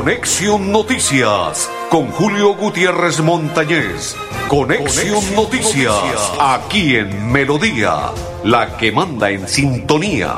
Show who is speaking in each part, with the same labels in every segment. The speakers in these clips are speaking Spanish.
Speaker 1: Conexión Noticias con Julio Gutiérrez Montañez. Conexión Noticias, aquí en Melodía, la que manda en sintonía.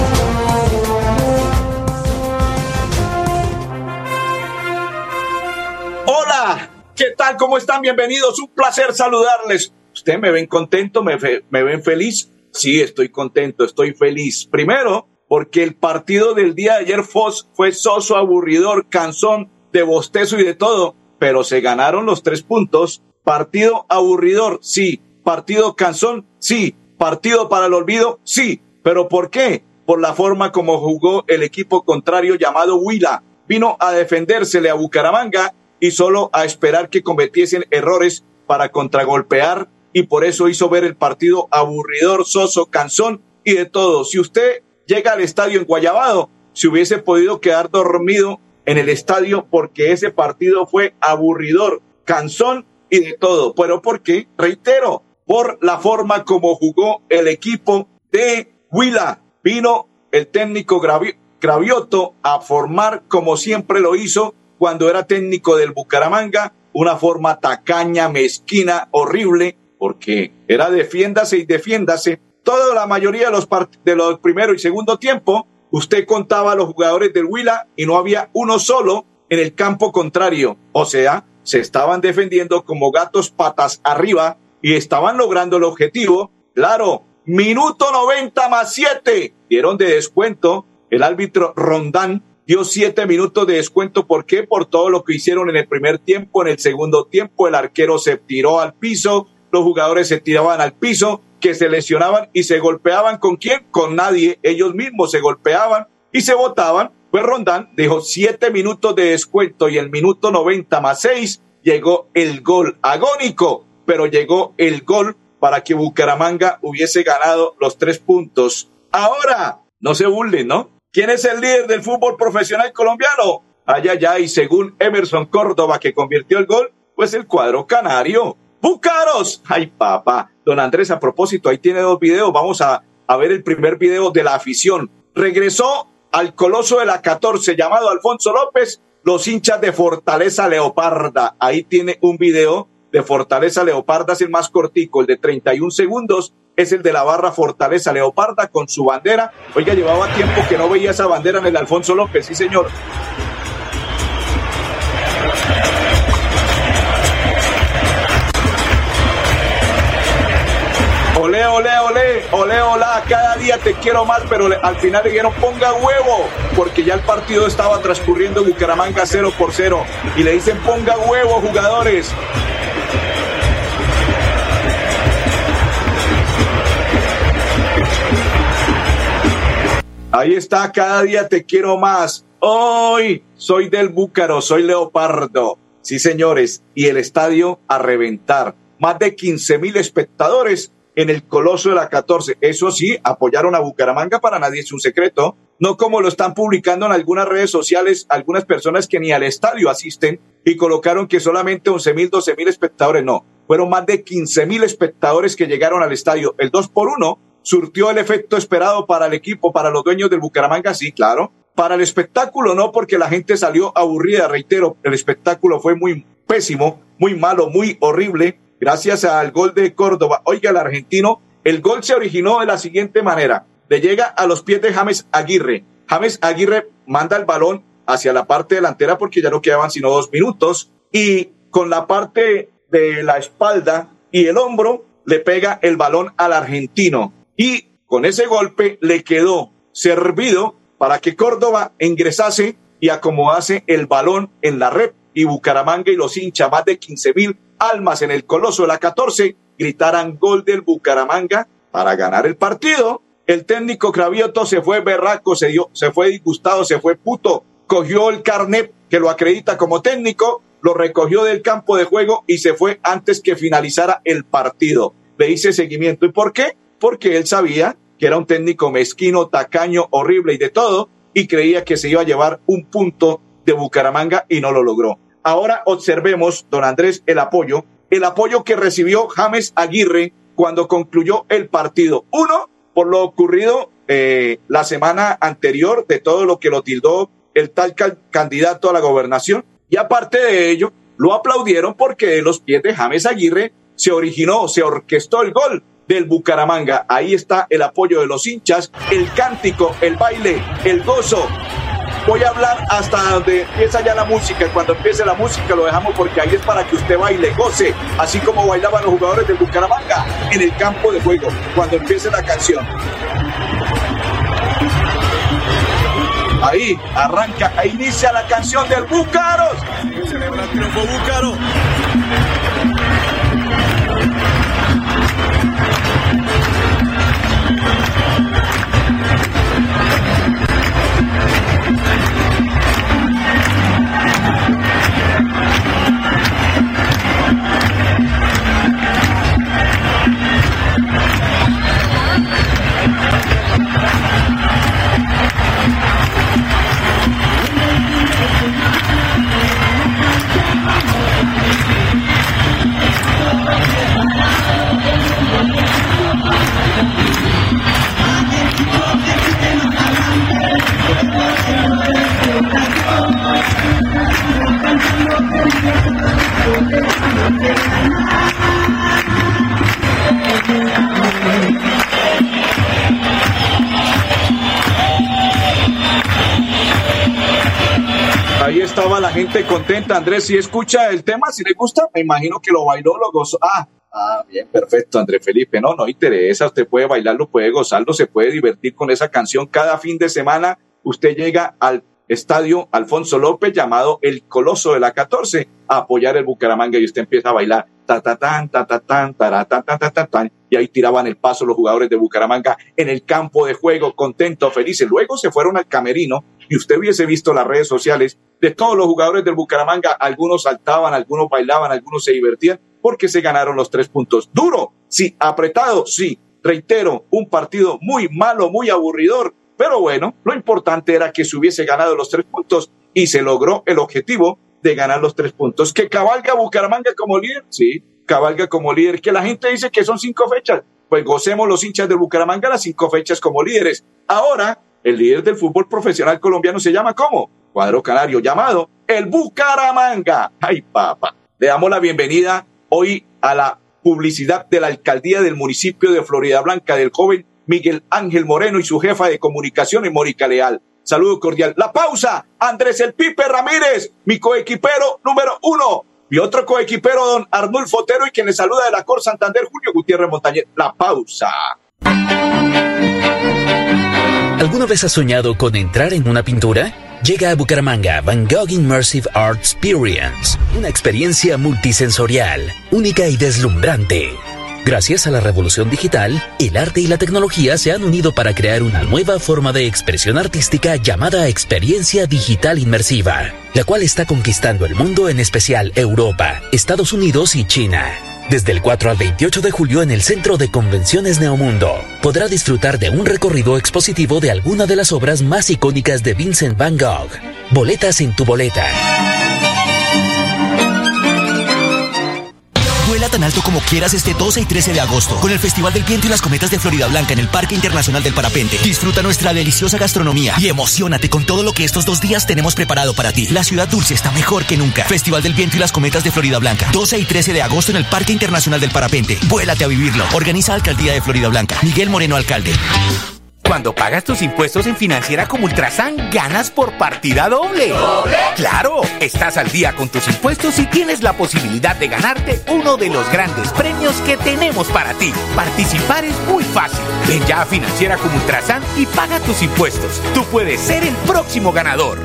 Speaker 2: Hola, ¿qué tal? ¿Cómo están? Bienvenidos, un placer saludarles. ¿Ustedes me ven contento? ¿Me ven feliz? Sí, estoy contento, estoy feliz. Primero, porque el partido del día de ayer fue soso, aburridor, cansón, de bostezo y de todo, pero se ganaron los 3 puntos. Partido aburridor, sí. Partido cansón, sí. Partido para el olvido, sí. ¿Pero por qué? Por la forma como jugó el equipo contrario llamado Huila. Vino a defendérsele a Bucaramanga y solo a esperar que cometiesen errores para contragolpear, y por eso hizo ver el partido aburridor, soso, cansón y de todo. Si usted llega al estadio en Guayabado, se hubiese podido quedar dormido en el estadio porque ese partido fue aburridor, cansón y de todo. ¿Pero por qué? Reitero, por la forma como jugó el equipo de Huila. Vino el técnico Gravioto a formar como siempre lo hizo cuando era técnico del Bucaramanga, una forma tacaña, mezquina, horrible, porque era defiéndase y defiéndase. Toda la mayoría de los primero y segundo tiempo, usted contaba a los jugadores del Huila y no había uno solo en el campo contrario. O sea, se estaban defendiendo como gatos patas arriba y estaban logrando el objetivo. Claro, minuto 90 más 7. Dieron de descuento. El árbitro Rondán dio 7 minutos de descuento. ¿Por qué? Por todo lo que hicieron en el primer tiempo. En el segundo tiempo, el arquero se tiró al piso, los jugadores se tiraban al piso, que se lesionaban y se golpeaban. ¿Con quién? Con nadie. Ellos mismos se golpeaban y se botaban. Pues Rondán dejó 7 minutos de descuento y el minuto 90 más 6 llegó el gol agónico, pero llegó el gol para que Bucaramanga hubiese ganado los 3 puntos. Ahora, no se burlen, ¿no? ¿Quién es el líder del fútbol profesional colombiano? Y según Emerson Córdoba, que convirtió el gol, pues el cuadro canario. ¡Búcaros! ¡Ay, papá! Don Andrés, a propósito, ahí tiene 2 videos. Vamos a ver el primer video de la afición. Regresó al Coloso de la 14, llamado Alfonso López, los hinchas de Fortaleza Leoparda. Ahí tiene un video de Fortaleza Leoparda, es el más cortico, el de 31 segundos, es el de la barra Fortaleza Leoparda con su bandera. Oiga, llevaba tiempo que no veía esa bandera en el Alfonso López, sí señor. Olé, olé, olé, olé, olá, cada día te quiero más, pero al final le dijeron ponga huevo, porque ya el partido estaba transcurriendo, Bucaramanga 0-0, y le dicen ponga huevo, jugadores. Ahí está, cada día te quiero más. Hoy soy del Búcaro, soy Leopardo. Sí, señores, y el estadio a reventar. Más de 15,000 espectadores en el Coloso de la 14. Eso sí, apoyaron a Bucaramanga, para nadie es un secreto. No como lo están publicando en algunas redes sociales, algunas personas que ni al estadio asisten y colocaron que solamente 11,000, 12,000 espectadores. No, fueron más de 15,000 espectadores que llegaron al estadio. El 2-1 surtió el efecto esperado para el equipo, para los dueños del Bucaramanga, sí, claro. Para el espectáculo no, porque la gente salió aburrida, reitero, el espectáculo fue muy pésimo, muy malo, muy horrible. Gracias al gol de Córdoba. Oiga, el argentino, el gol se originó de la siguiente manera. Le llega a los pies de James Aguirre. James Aguirre manda el balón hacia la parte delantera porque ya no quedaban sino 2 minutos. Y con la parte de la espalda y el hombro le pega el balón al argentino. Y con ese golpe le quedó servido para que Córdoba ingresase y acomodase el balón en la red. Y Bucaramanga y los hinchas, más de 15,000 almas en el Coloso de la 14, gritaran gol del Bucaramanga para ganar el partido. El técnico Gravioto se fue berraco, se fue disgustado, se fue puto, cogió el carnet que lo acredita como técnico, lo recogió del campo de juego y se fue antes que finalizara el partido. Le hice seguimiento. ¿Y por qué? Porque él sabía que era un técnico mezquino, tacaño, horrible y de todo, y creía que se iba a llevar un punto de Bucaramanga y no lo logró. Ahora observemos, don Andrés, el apoyo que recibió James Aguirre cuando concluyó el partido. Uno, por lo ocurrido la semana anterior, de todo lo que lo tildó el tal candidato a la gobernación. Y aparte de ello, lo aplaudieron porque de los pies de James Aguirre se orquestó el gol del Bucaramanga. Ahí está el apoyo de los hinchas, el cántico, el baile, el gozo. Voy a hablar hasta donde empieza ya la música. Cuando empiece la música lo dejamos porque ahí es para que usted baile, goce, así como bailaban los jugadores del Bucaramanga en el campo de juego, cuando empiece la canción. Ahí arranca, ahí inicia la canción del Búcaros.
Speaker 3: Celebra el triunfo Búcaro.
Speaker 2: Ahí estaba la gente contenta. Andrés, si escucha el tema, si le gusta, me imagino que lo bailó, lo gozó. Bien, perfecto, Andrés Felipe. No interesa, usted puede bailarlo, puede gozarlo, se puede divertir con esa canción. Cada fin de semana usted llega al estadio Alfonso López, llamado El Coloso de la 14, a apoyar el Bucaramanga, y usted empieza a bailar ta ta tan ta ta tan ta ta ta ta ta tan, y ahí tiraban el paso los jugadores de Bucaramanga en el campo de juego, contentos, felices. Luego se fueron al camerino y usted hubiese visto las redes sociales de todos los jugadores del Bucaramanga. Algunos saltaban, algunos bailaban, algunos se divertían porque se ganaron los 3 puntos. Duro, sí, apretado, sí. Reitero, un partido muy malo, muy aburridor. Pero bueno, lo importante era que se hubiese ganado los 3 puntos y se logró el objetivo de ganar los 3 puntos. ¿Que cabalga Bucaramanga como líder? Sí, cabalga como líder. ¿Que la gente dice que son 5 fechas? Pues gocemos los hinchas de Bucaramanga las 5 fechas como líderes. Ahora, el líder del fútbol profesional colombiano se llama ¿cómo? Cuadro canario, llamado el Bucaramanga. ¡Ay, papá! Le damos la bienvenida hoy a la publicidad de la alcaldía del municipio de Floridablanca del joven Miguel Ángel Moreno y su jefa de comunicaciones, Mónica Leal. Saludo cordial. La pausa, Andrés El Pipe Ramírez, mi coequipero número 1. Mi otro coequipero, don Arnulfo Otero, y quien le saluda de la Cor Santander, Julio Gutiérrez Montañez. La pausa.
Speaker 4: ¿Alguna vez has soñado con entrar en una pintura? Llega a Bucaramanga Van Gogh Immersive Art Experience, una experiencia multisensorial, única y deslumbrante. Gracias a la revolución digital, el arte y la tecnología se han unido para crear una nueva forma de expresión artística llamada experiencia digital inmersiva, la cual está conquistando el mundo, en especial Europa, Estados Unidos y China. Desde el 4 al 28 de julio en el Centro de Convenciones Neomundo, podrá disfrutar de un recorrido expositivo de alguna de las obras más icónicas de Vincent Van Gogh. Boletas en tu boleta.
Speaker 5: Vuela tan alto como quieras este 12 y 13 de agosto con el Festival del Viento y las Cometas de Floridablanca en el Parque Internacional del Parapente. Disfruta nuestra deliciosa gastronomía y emociónate con todo lo que estos 2 días tenemos preparado para ti. La ciudad dulce está mejor que nunca. Festival del Viento y las Cometas de Floridablanca, 12 y 13 de agosto en el Parque Internacional del Parapente. Vuélate a vivirlo. Organiza Alcaldía de Floridablanca. Miguel Moreno, alcalde.
Speaker 6: Cuando pagas tus impuestos en Financiera como Ultrasan, ganas por partida doble. ¿Doble? ¡Claro! Estás al día con tus impuestos y tienes la posibilidad de ganarte uno de los grandes premios que tenemos para ti. Participar es muy fácil. Ven ya a Financiera como Ultrasan y paga tus impuestos. Tú puedes ser el próximo ganador.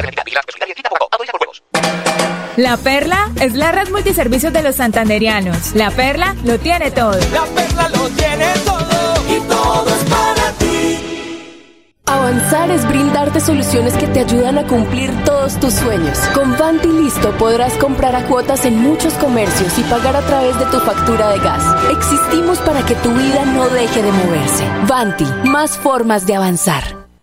Speaker 7: La Perla es la red multiservicios de los santanderianos. La Perla lo tiene todo.
Speaker 8: La Perla lo tiene todo y todo es para ti.
Speaker 9: Avanzar es brindarte soluciones que te ayudan a cumplir todos tus sueños. Con Vanti Listo podrás comprar a cuotas en muchos comercios y pagar a través de tu factura de gas. Existimos para que tu vida no deje de moverse. Vanti, más formas de avanzar.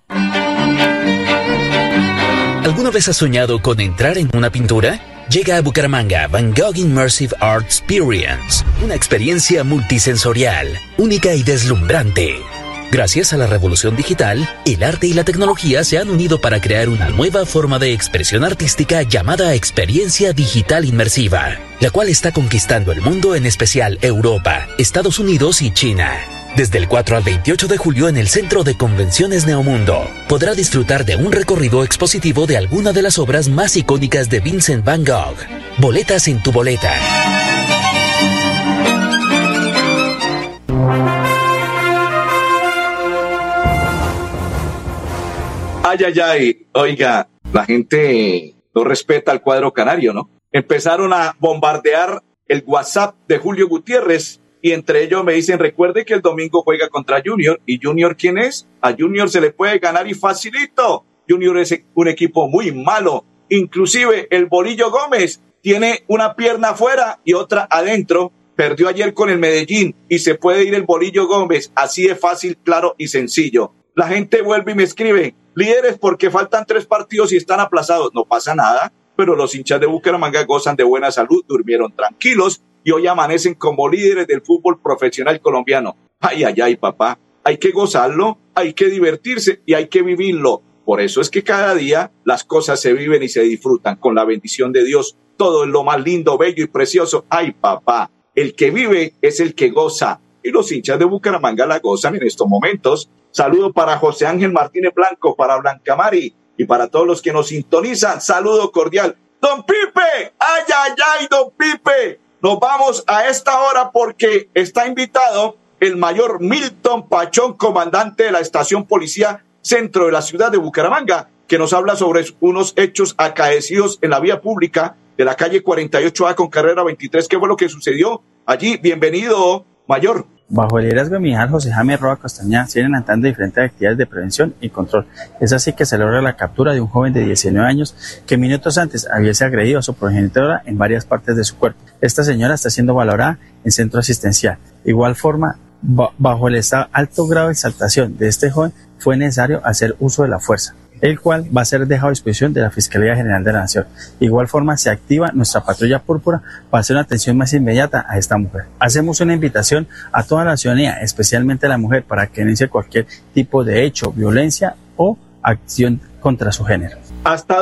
Speaker 4: ¿Alguna vez has soñado con entrar en una pintura? Llega a Bucaramanga Van Gogh Immersive Art Experience, una experiencia multisensorial, única y deslumbrante. Gracias a la revolución digital, el arte y la tecnología se han unido para crear una nueva forma de expresión artística llamada experiencia digital inmersiva, la cual está conquistando el mundo, en especial Europa, Estados Unidos y China. Desde el 4 al 28 de julio en el Centro de Convenciones Neomundo, podrá disfrutar de un recorrido expositivo de alguna de las obras más icónicas de Vincent Van Gogh. Boletas en tu boleta.
Speaker 2: Ay, ay, ay, oiga, la gente no respeta al cuadro canario, ¿no? Empezaron a bombardear el WhatsApp de Julio Gutiérrez y entre ellos me dicen, recuerde que el domingo juega contra Junior. ¿Y Junior quién es? A Junior se le puede ganar y facilito. Junior es un equipo muy malo. Inclusive el Bolillo Gómez tiene una pierna afuera y otra adentro. Perdió ayer con el Medellín y se puede ir el Bolillo Gómez. Así de fácil, claro y sencillo. La gente vuelve y me escribe, líderes, porque faltan 3 partidos y están aplazados. No pasa nada, pero los hinchas de Bucaramanga gozan de buena salud, durmieron tranquilos y hoy amanecen como líderes del fútbol profesional colombiano. Ay, ay, ay, papá, hay que gozarlo, hay que divertirse y hay que vivirlo. Por eso es que cada día las cosas se viven y se disfrutan con la bendición de Dios. Todo es lo más lindo, bello y precioso. Ay, papá, el que vive es el que goza. Y los hinchas de Bucaramanga la gozan en estos momentos. Saludo para José Ángel Martínez Blanco, para Blanca Mari y para todos los que nos sintonizan. Saludo cordial. Don Pipe, ay, ay, ay, don Pipe. Nos vamos a esta hora porque está invitado el mayor Milton Pachón, comandante de la estación policía centro de la ciudad de Bucaramanga, que nos habla sobre unos hechos acaecidos en la vía pública de la calle 48A con carrera 23. ¿Qué fue lo que sucedió allí? Bienvenido, mayor.
Speaker 10: Bajo el liderazgo de mi hija José Jaime Roa Costaña, siguen adelantando diferentes actividades de prevención y control. Es así que se logra la captura de un joven de 19 años que minutos antes había sido agredido a su progenitora en varias partes de su cuerpo. Esta señora está siendo valorada en centro asistencial. Igual forma, bajo el alto grado de exaltación de este joven, fue necesario hacer uso de la fuerza, el cual va a ser dejado a disposición de la Fiscalía General de la Nación. De igual forma, se activa nuestra patrulla púrpura para hacer una atención más inmediata a esta mujer. Hacemos una invitación a toda la ciudadanía, especialmente a la mujer, para que denuncie cualquier tipo de hecho, violencia o acción contra su género.
Speaker 2: ¿Hasta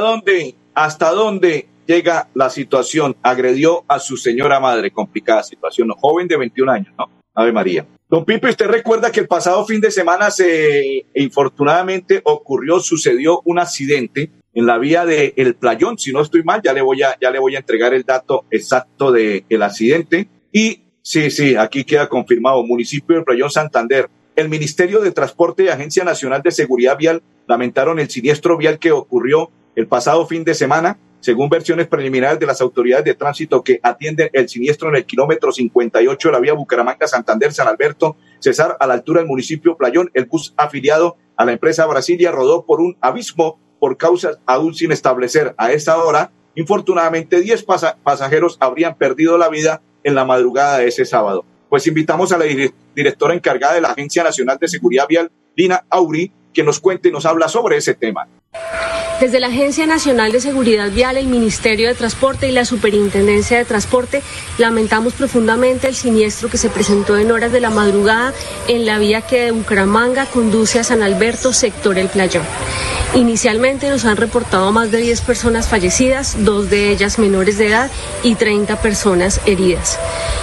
Speaker 2: dónde llega la situación? Agredió a su señora madre, complicada situación, joven de 21 años, ¿no? Ave María. Don Pipe, ¿usted recuerda que el pasado fin de semana infortunadamente sucedió un accidente en la vía de El Playón? Si no estoy mal, ya le voy a entregar el dato exacto del accidente. Y sí, aquí queda confirmado, municipio del Playón, Santander. El Ministerio de Transporte y Agencia Nacional de Seguridad Vial lamentaron el siniestro vial que ocurrió el pasado fin de semana. Según versiones preliminares de las autoridades de tránsito que atienden el siniestro en el kilómetro 58 de la vía Bucaramanga-Santander-San Alberto, Cesar, a la altura del municipio Playón, el bus afiliado a la empresa Brasilia rodó por un abismo por causas aún sin establecer. A esta hora, infortunadamente, 10 pasajeros habrían perdido la vida en la madrugada de ese sábado. Pues invitamos a la directora encargada de la Agencia Nacional de Seguridad Vial, Lina Auri, que nos cuente y nos habla sobre ese tema.
Speaker 11: Desde la Agencia Nacional de Seguridad Vial, el Ministerio de Transporte y la Superintendencia de Transporte lamentamos profundamente el siniestro que se presentó en horas de la madrugada en la vía que de Bucaramanga conduce a San Alberto, sector El Playón. Inicialmente nos han reportado más de 10 personas fallecidas, 2 de ellas menores de edad y 30 personas heridas.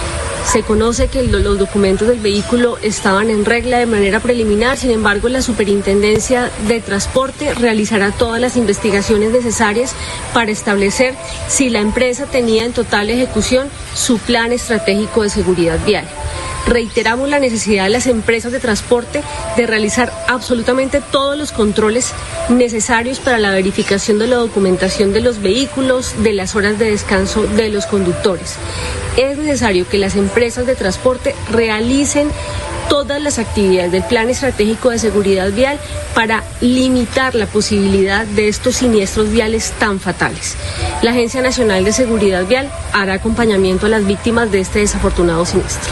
Speaker 11: Se conoce que los documentos del vehículo estaban en regla de manera preliminar, sin embargo, la Superintendencia de Transporte realizará todas las investigaciones necesarias para establecer si la empresa tenía en total ejecución su plan estratégico de seguridad vial. Reiteramos la necesidad de las empresas de transporte de realizar absolutamente todos los controles necesarios para la verificación de la documentación de los vehículos, de las horas de descanso de los conductores. Es necesario que las empresas de transporte realicen todas las actividades del Plan Estratégico de Seguridad Vial para limitar la posibilidad de estos siniestros viales tan fatales. La Agencia Nacional de Seguridad Vial hará acompañamiento a las víctimas de este desafortunado siniestro.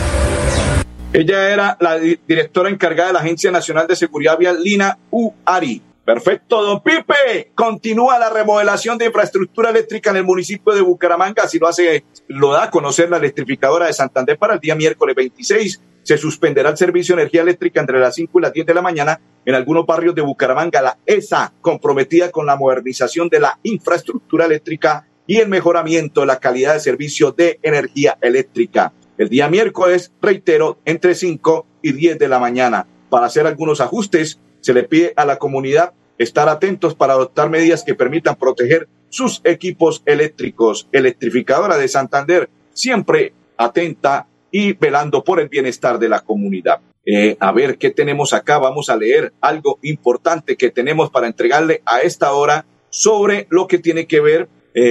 Speaker 2: Ella era la directora encargada de la Agencia Nacional de Seguridad Vial, Lina Ari. Perfecto, don Pipe. Continúa la remodelación de infraestructura eléctrica en el municipio de Bucaramanga. Así lo da a conocer la electrificadora de Santander para el día miércoles 26. se suspenderá el servicio de energía eléctrica entre las 5 y las 10 de la mañana en algunos barrios de Bucaramanga. La ESA, comprometida con la modernización de la infraestructura eléctrica y el mejoramiento de la calidad de servicio de energía eléctrica. El día miércoles, reitero, entre 5 y 10 de la mañana. Para hacer algunos ajustes, se le pide a la comunidad estar atentos para adoptar medidas que permitan proteger sus equipos eléctricos. Electrificadora de Santander, siempre atenta y velando por el bienestar de la comunidad. A ver qué tenemos acá. Vamos a leer algo importante que tenemos para entregarle a esta hora sobre lo que tiene que ver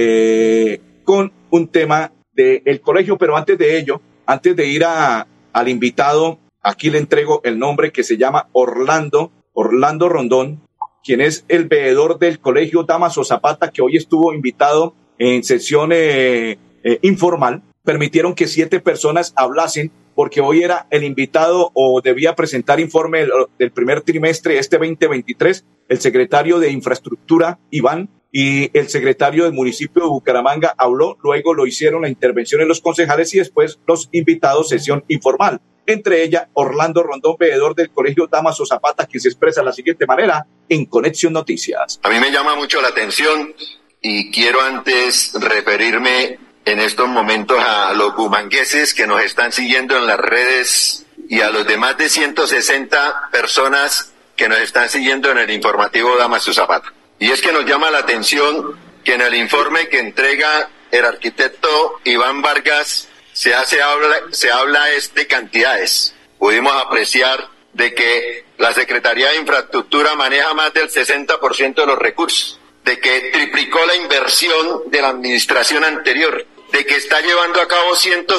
Speaker 2: con un tema del colegio. Pero antes de ello, antes de ir al invitado, aquí le entrego el nombre, que se llama Orlando Rondón, quien es el veedor del colegio Dámaso Zapata, que hoy estuvo invitado en sesión informal. Permitieron que 7 personas hablasen, porque hoy era el invitado o debía presentar informe del primer trimestre 2023, el secretario de Infraestructura, Iván, y el secretario del municipio de Bucaramanga habló. Luego lo hicieron la intervención en los concejales y después los invitados, sesión informal. Entre ella, Orlando Rondón, veedor del colegio Dámaso Zapata, que se expresa de la siguiente manera en Conexión Noticias.
Speaker 12: A mí me llama mucho la atención y quiero antes referirme en estos momentos a los bumangueses que nos están siguiendo en las redes y a los demás de 160 personas que nos están siguiendo en el informativo Dámaso Zapata. Y es que nos llama la atención que en el informe que entrega el arquitecto Iván Vargas se habla de cantidades. Pudimos apreciar de que la Secretaría de Infraestructura maneja más del 60% de los recursos, de que triplicó la inversión de la administración anterior, de que está llevando a cabo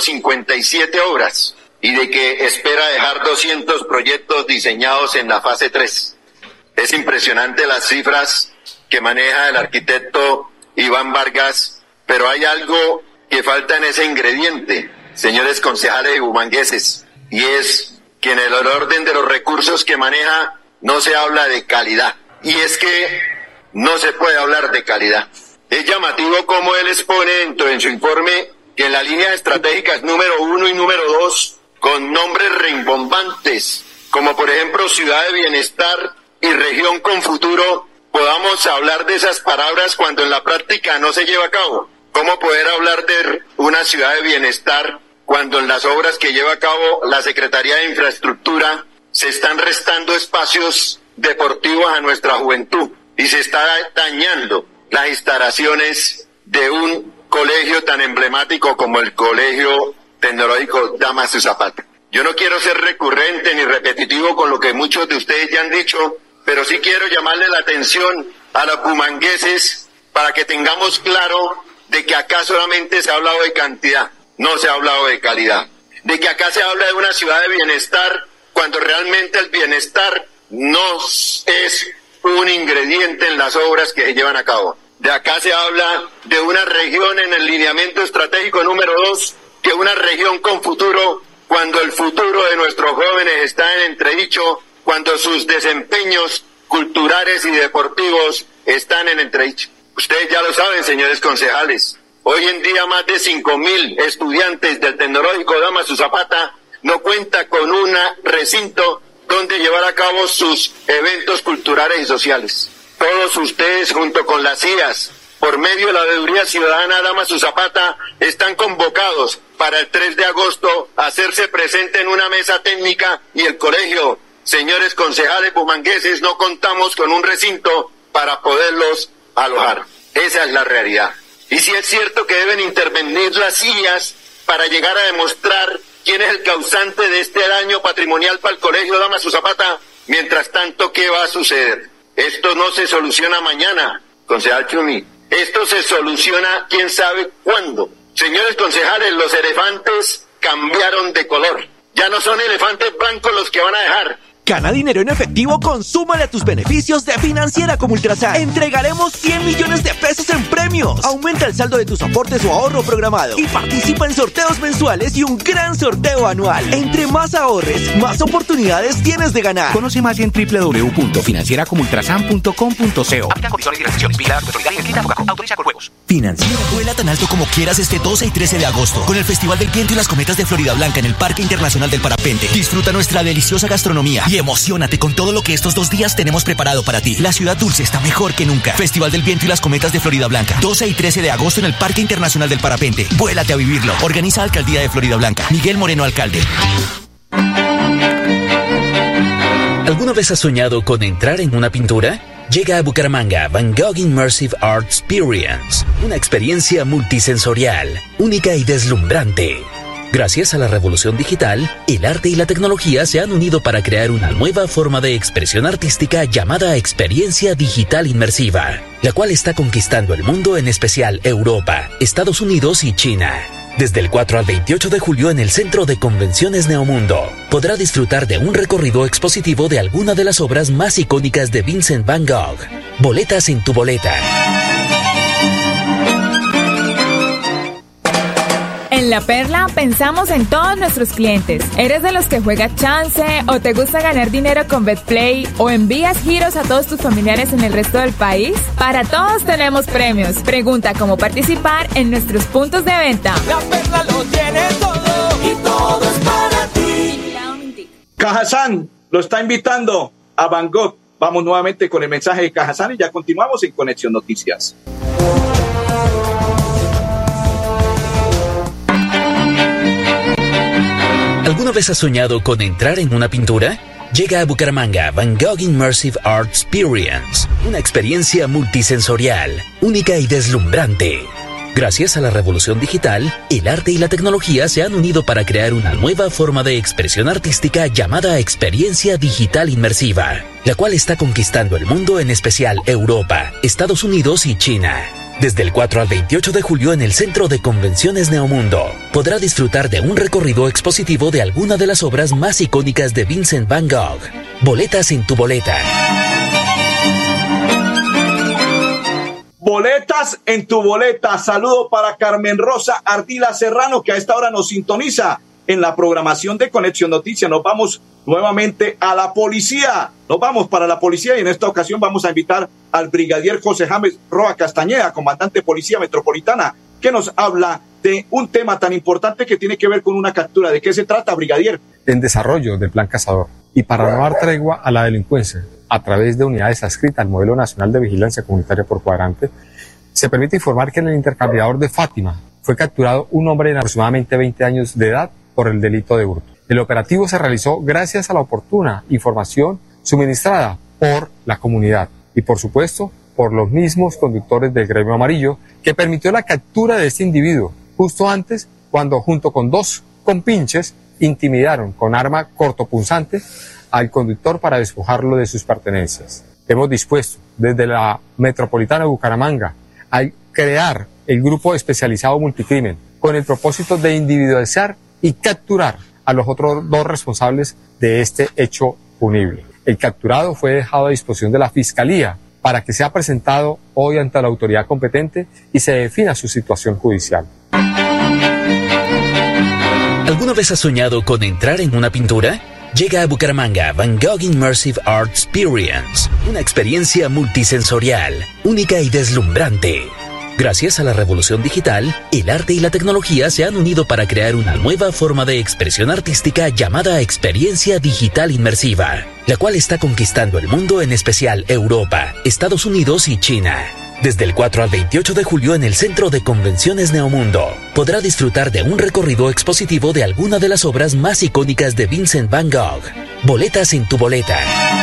Speaker 12: 157 obras y de que espera dejar 200 proyectos diseñados en la fase 3. Es impresionante las cifras que maneja el arquitecto Iván Vargas, pero hay algo que falta en ese ingrediente, señores concejales y bumangueses, y es que en el orden de los recursos que maneja no se habla de calidad. Y es que no se puede hablar de calidad. Es llamativo cómo él expone dentro en su informe que en las líneas estratégicas número 1 y número 2, con nombres rimbombantes, como por ejemplo Ciudad de Bienestar y Región con Futuro, podamos hablar de esas palabras cuando en la práctica no se lleva a cabo. ¿Cómo poder hablar de una ciudad de bienestar cuando en las obras que lleva a cabo la Secretaría de Infraestructura se están restando espacios deportivos a nuestra juventud y se está dañando las instalaciones de un colegio tan emblemático como el Colegio Tecnológico Dámaso Zapata? Yo no quiero ser recurrente ni repetitivo con lo que muchos de ustedes ya han dicho, pero sí quiero llamarle la atención a los bumangueses para que tengamos claro de que acá solamente se ha hablado de cantidad, no se ha hablado de calidad. De que acá se habla de una ciudad de bienestar cuando realmente el bienestar no es un ingrediente en las obras que se llevan a cabo. De acá se habla de una región en el lineamiento estratégico número 2, que una región con futuro, cuando el futuro de nuestros jóvenes está en entredicho, cuando sus desempeños culturales y deportivos están en entredicho. Ustedes ya lo saben, señores concejales. Hoy en día más de 5.000 estudiantes del Tecnológico Dámaso Zapata no cuenta con un recinto donde llevar a cabo sus eventos culturales y sociales. Todos ustedes, junto con las CIAs, por medio de la Veeduría Ciudadana Dámaso Zapata, están convocados para el 3 de agosto a hacerse presente en una mesa técnica y el colegio. Señores concejales bumangueses, no contamos con un recinto para poderlos alojar. Esa es la realidad. Y sí es cierto que deben intervenir las CIAs para llegar a demostrar quién es el causante de este daño patrimonial para el colegio Dámaso Zapata. Mientras tanto, ¿qué va a suceder? Esto no se soluciona mañana, concejal Chumi. Esto se soluciona quién sabe cuándo. Señores concejales, los elefantes cambiaron de color. Ya no son elefantes blancos los que van a dejar.
Speaker 13: Gana dinero en efectivo, consúmale a tus beneficios de Financiera como Ultrasan. Entregaremos 100 millones de pesos en premios. Aumenta el saldo de tus aportes o ahorro programado y participa en sorteos mensuales y un gran sorteo anual. Entre más ahorres, más oportunidades tienes de ganar.
Speaker 6: Conoce más en www.financieracomultrasan.com.co. Aplica condiciones y restricciones. Vigilada Supersolidaria y Quinta Focaco. Autoriza con juegos.
Speaker 5: Financiera vuela tan alto como quieras este 12 y 13 de agosto con el Festival del Viento y las Cometas de Florida Blanca en el Parque Internacional del Parapente. Disfruta nuestra deliciosa gastronomía y emociónate con todo lo que estos 2 días tenemos preparado para ti. La ciudad dulce está mejor que nunca. Festival del Viento y las Cometas de Florida Blanca. 12 y 13 de agosto en el Parque Internacional del Parapente. Vuélate a vivirlo. Organiza Alcaldía de Florida Blanca. Miguel Moreno, alcalde.
Speaker 4: ¿Alguna vez has soñado con entrar en una pintura? Llega a Bucaramanga Van Gogh Immersive Art Experience, una experiencia multisensorial, única y deslumbrante. Gracias a la revolución digital, el arte y la tecnología se han unido para crear una nueva forma de expresión artística llamada experiencia digital inmersiva, la cual está conquistando el mundo, en especial Europa, Estados Unidos y China. Desde el 4 al 28 de julio en el Centro de Convenciones Neomundo, podrá disfrutar de un recorrido expositivo de alguna de las obras más icónicas de Vincent Van Gogh. Boletas en tu boleta.
Speaker 7: En La Perla pensamos en todos nuestros clientes. ¿Eres de los que juega chance o te gusta ganar dinero con Betplay o envías giros a todos tus familiares en el resto del país? Para todos tenemos premios. Pregunta cómo participar en nuestros puntos de venta.
Speaker 8: La Perla lo tiene todo y todo es para ti.
Speaker 2: Cajazán lo está invitando a Van Gogh. Vamos nuevamente con el mensaje de Cajazán y ya continuamos en Conexión Noticias.
Speaker 4: ¿Alguna vez has soñado con entrar en una pintura? Llega a Bucaramanga Van Gogh Immersive Art Experience, una experiencia multisensorial, única y deslumbrante. Gracias a la revolución digital, el arte y la tecnología se han unido para crear una nueva forma de expresión artística llamada experiencia digital inmersiva, la cual está conquistando el mundo, en especial Europa, Estados Unidos y China. Desde el 4 al 28 de julio en el Centro de Convenciones Neomundo, podrá disfrutar de un recorrido expositivo de alguna de las obras más icónicas de Vincent Van Gogh. Boletas en tu boleta.
Speaker 2: Boletas en tu boleta. Saludo para Carmen Rosa Ardila Serrano, que a esta hora nos sintoniza en la programación de Conexión Noticias. Nos vamos nuevamente a la policía. Nos vamos para la policía y en esta ocasión vamos a invitar al brigadier José James Roa Castañeda, comandante de Policía Metropolitana, que nos habla de un tema tan importante que tiene que ver con una captura. ¿De qué se trata, brigadier?
Speaker 14: En desarrollo del Plan Cazador y para no dar tregua a la delincuencia a través de unidades adscritas al Modelo Nacional de Vigilancia Comunitaria por Cuadrante, se permite informar que en el intercambiador de Fátima fue capturado un hombre de aproximadamente 20 años de edad por el delito de hurto. El operativo se realizó gracias a la oportuna información suministrada por la comunidad y, por supuesto, por los mismos conductores del gremio amarillo, que permitió la captura de este individuo justo antes, cuando junto con 2 compinches intimidaron con arma cortopunzante al conductor para despojarlo de sus pertenencias. Hemos dispuesto desde la Metropolitana de Bucaramanga a crear el grupo especializado multicrimen con el propósito de individualizar y capturar a los otros 2 responsables de este hecho punible. El capturado fue dejado a disposición de la Fiscalía para que sea presentado hoy ante la autoridad competente y se defina su situación judicial.
Speaker 4: ¿Alguna vez has soñado con entrar en una pintura? Llega a Bucaramanga Van Gogh Immersive Art Experience, una experiencia multisensorial, única y deslumbrante. Gracias a la revolución digital, el arte y la tecnología se han unido para crear una nueva forma de expresión artística llamada experiencia digital inmersiva, la cual está conquistando el mundo, en especial Europa, Estados Unidos y China. Desde el 4 al 28 de julio en el Centro de Convenciones Neomundo, podrá disfrutar de un recorrido expositivo de alguna de las obras más icónicas de Vincent Van Gogh. Boletas en tu boleta.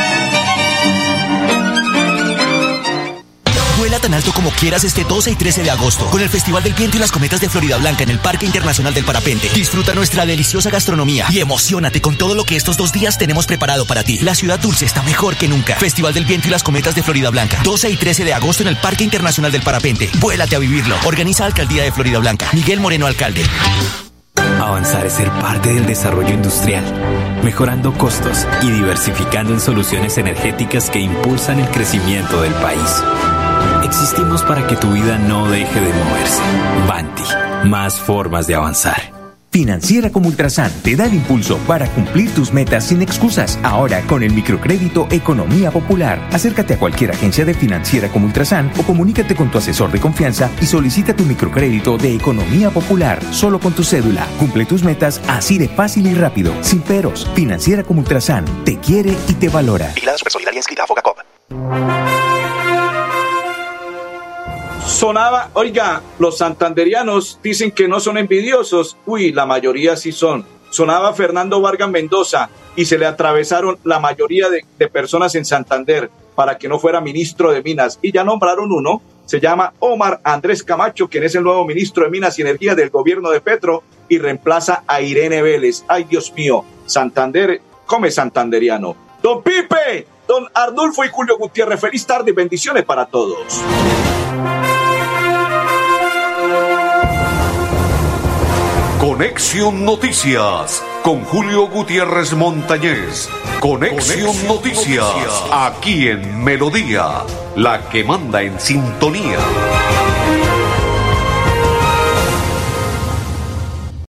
Speaker 5: Vuela tan alto como quieras este 12 y 13 de agosto con el Festival del Viento y las Cometas de Florida Blanca en el Parque Internacional del Parapente. Disfruta nuestra deliciosa gastronomía y emociónate con todo lo que estos 2 días tenemos preparado para ti. La ciudad dulce está mejor que nunca. Festival del Viento y las Cometas de Florida Blanca. 12 y 13 de agosto en el Parque Internacional del Parapente. Vuélate a vivirlo. Organiza Alcaldía de Florida Blanca. Miguel Moreno, alcalde.
Speaker 15: Avanzar es ser parte del desarrollo industrial, mejorando costos y diversificando en soluciones energéticas que impulsan el crecimiento del país. Existimos para que tu vida no deje de moverse. Vanti, más formas de avanzar.
Speaker 16: Financiera como Ultrasan te da el impulso para cumplir tus metas sin excusas. Ahora con el microcrédito Economía Popular. Acércate a cualquier agencia de Financiera como Ultrasan o comunícate con tu asesor de confianza y solicita tu microcrédito de Economía Popular solo con tu cédula. Cumple tus metas así de fácil y rápido, sin peros. Financiera como Ultrasan te quiere y te valora.
Speaker 17: Vigilada Supersolidaria inscrita a Fogacop.
Speaker 2: Sonaba, oiga, los santanderianos dicen que no son envidiosos. Uy, la mayoría sí son. Sonaba Fernando Vargas Mendoza y se le atravesaron la mayoría de personas en Santander para que no fuera ministro de Minas. Y ya nombraron uno, se llama Omar Andrés Camacho, quien es el nuevo ministro de Minas y Energía del gobierno de Petro y reemplaza a Irene Vélez. Ay, Dios mío, Santander come santanderiano. Don Pipe, don Arnulfo y Julio Gutiérrez, feliz tarde y bendiciones para todos.
Speaker 1: Conexión Noticias con Julio Gutiérrez Montañez. Conexión Noticias aquí en Melodía, la que manda en sintonía.